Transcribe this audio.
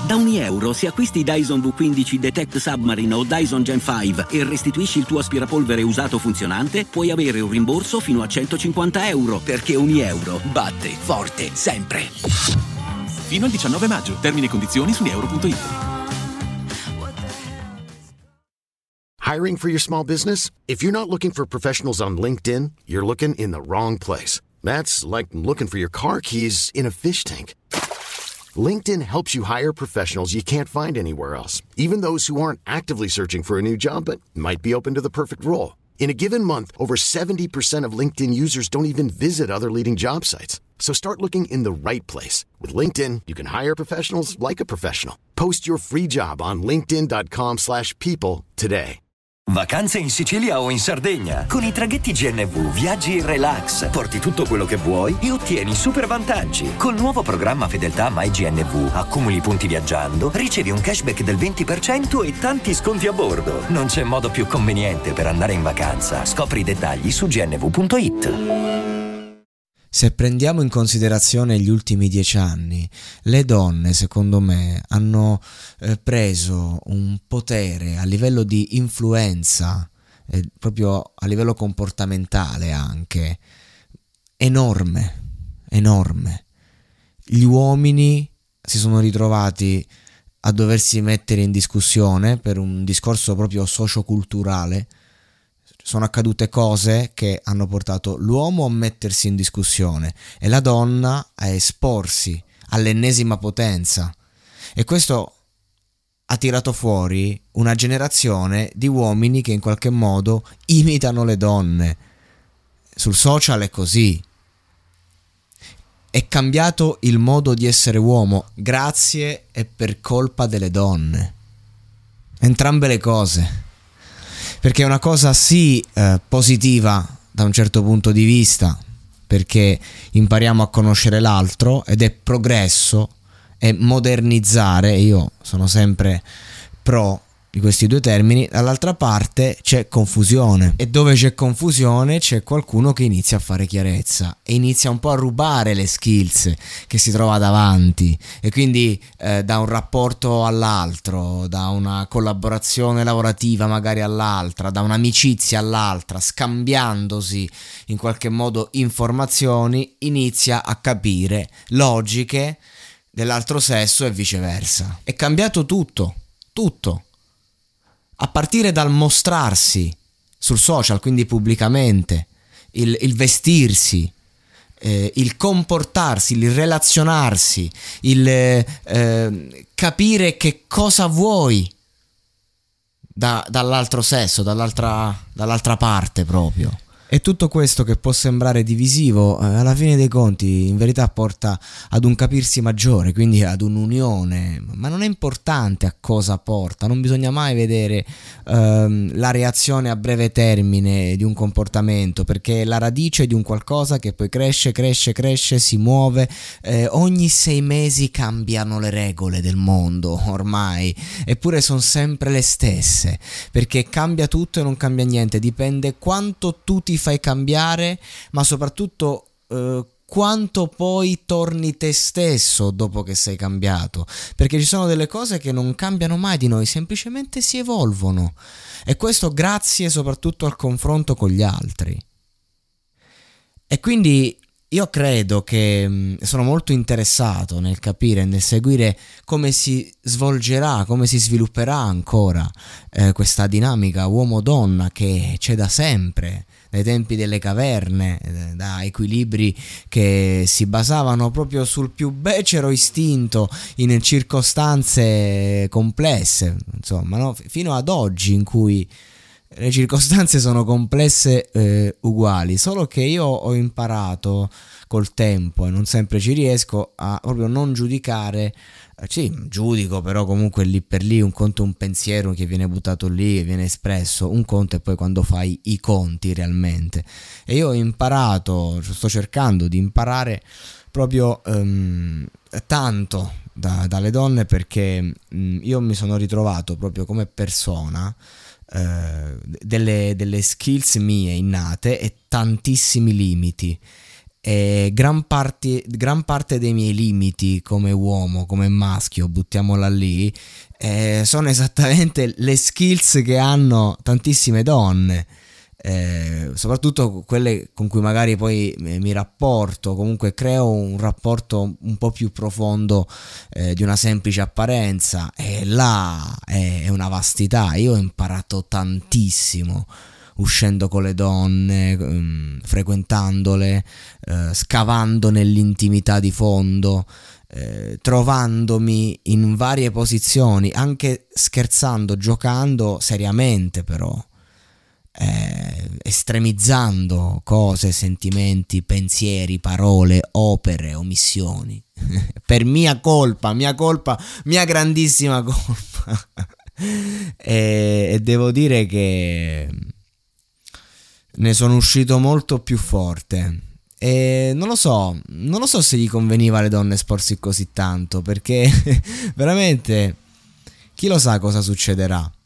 Da €1 se acquisti Dyson V15 Detect Submarine o Dyson Gen 5 e restituisci il tuo aspirapolvere usato funzionante, puoi avere un rimborso fino a €150, perché €1 batte forte sempre. Fino al 19 maggio. Termini e condizioni su euro.it. Hiring for your small business? If you're not looking for professionals on LinkedIn, you're looking in the wrong place. That's like looking for your car keys in a fish tank. LinkedIn helps you hire professionals you can't find anywhere else, even those who aren't actively searching for a new job but might be open to the perfect role. In a given month, over 70% of LinkedIn users don't even visit other leading job sites. So start looking in the right place. With LinkedIn, you can hire professionals like a professional. Post your free job on linkedin.com/people today. Vacanze in Sicilia o in Sardegna. Con i traghetti GNV viaggi in relax, porti tutto quello che vuoi e ottieni super vantaggi. Col nuovo programma Fedeltà MyGNV accumuli punti viaggiando, ricevi un cashback del 20% e tanti sconti a bordo. Non c'è modo più conveniente per andare in vacanza. Scopri i dettagli su gnv.it. Se prendiamo in considerazione gli ultimi 10 anni, le donne, secondo me, hanno preso un potere a livello di influenza, proprio a livello comportamentale anche, enorme. Gli uomini si sono ritrovati a doversi mettere in discussione per un discorso proprio socioculturale. Sono accadute cose che hanno portato l'uomo a mettersi in discussione e la donna a esporsi all'ennesima potenza, e questo ha tirato fuori una generazione di uomini che in qualche modo imitano le donne. Sul social è così. È cambiato il modo di essere uomo grazie e per colpa delle donne. Entrambe le cose. Perché è una cosa sì positiva da un certo punto di vista, perché impariamo a conoscere l'altro ed è progresso, è modernizzare, e io sono sempre pro di questi due termini. Dall'altra parte c'è confusione, e dove c'è confusione c'è qualcuno che inizia a fare chiarezza e inizia un po' a rubare le skills che si trova davanti, e quindi da un rapporto all'altro, da una collaborazione lavorativa magari all'altra, da un'amicizia all'altra, scambiandosi in qualche modo informazioni, inizia a capire logiche dell'altro sesso e viceversa. È cambiato tutto. A partire dal mostrarsi sul social, quindi pubblicamente, il vestirsi, il comportarsi, il relazionarsi, il capire che cosa vuoi dall'altro sesso, dall'altra parte proprio. E tutto questo, che può sembrare divisivo, alla fine dei conti in verità porta ad un capirsi maggiore, quindi ad un'unione. Ma non è importante a cosa porta, non bisogna mai vedere la reazione a breve termine di un comportamento, perché è la radice di un qualcosa che poi cresce, si muove. Ogni 6 mesi cambiano le regole del mondo ormai, eppure sono sempre le stesse, perché cambia tutto e non cambia niente, dipende quanto tu ti fai cambiare, ma soprattutto quanto poi torni te stesso dopo che sei cambiato, perché ci sono delle cose che non cambiano mai di noi, semplicemente si evolvono, e questo grazie soprattutto al confronto con gli altri. E quindi io credo che sono molto interessato nel capire, nel seguire come si svolgerà, come si svilupperà ancora questa dinamica uomo-donna che c'è da sempre, dai tempi delle caverne, da equilibri che si basavano proprio sul più becero istinto in circostanze complesse, insomma, no? Fino ad oggi, in cui le circostanze sono complesse uguali, solo che io ho imparato col tempo, e non sempre ci riesco, a proprio non giudicare. Sì, giudico, però comunque lì per lì un conto è un pensiero che viene buttato lì, che viene espresso, un conto è poi quando fai i conti realmente. E io ho imparato, sto cercando di imparare proprio tanto dalle donne, perché io mi sono ritrovato proprio come persona delle skills mie innate e tantissimi limiti, e gran parte dei miei limiti come uomo, come maschio, buttiamola lì, sono esattamente le skills che hanno tantissime donne, soprattutto quelle con cui magari poi mi rapporto, comunque creo un rapporto un po' più profondo di una semplice apparenza, e là è una vastità. Io ho imparato tantissimo uscendo con le donne, frequentandole, scavando nell'intimità di fondo, trovandomi in varie posizioni, anche scherzando, giocando seriamente, però estremizzando cose, sentimenti, pensieri, parole, opere, omissioni per mia colpa, mia grandissima colpa. E devo dire che ne sono uscito molto più forte, e non lo so se gli conveniva alle donne esporsi così tanto, perché veramente chi lo sa cosa succederà.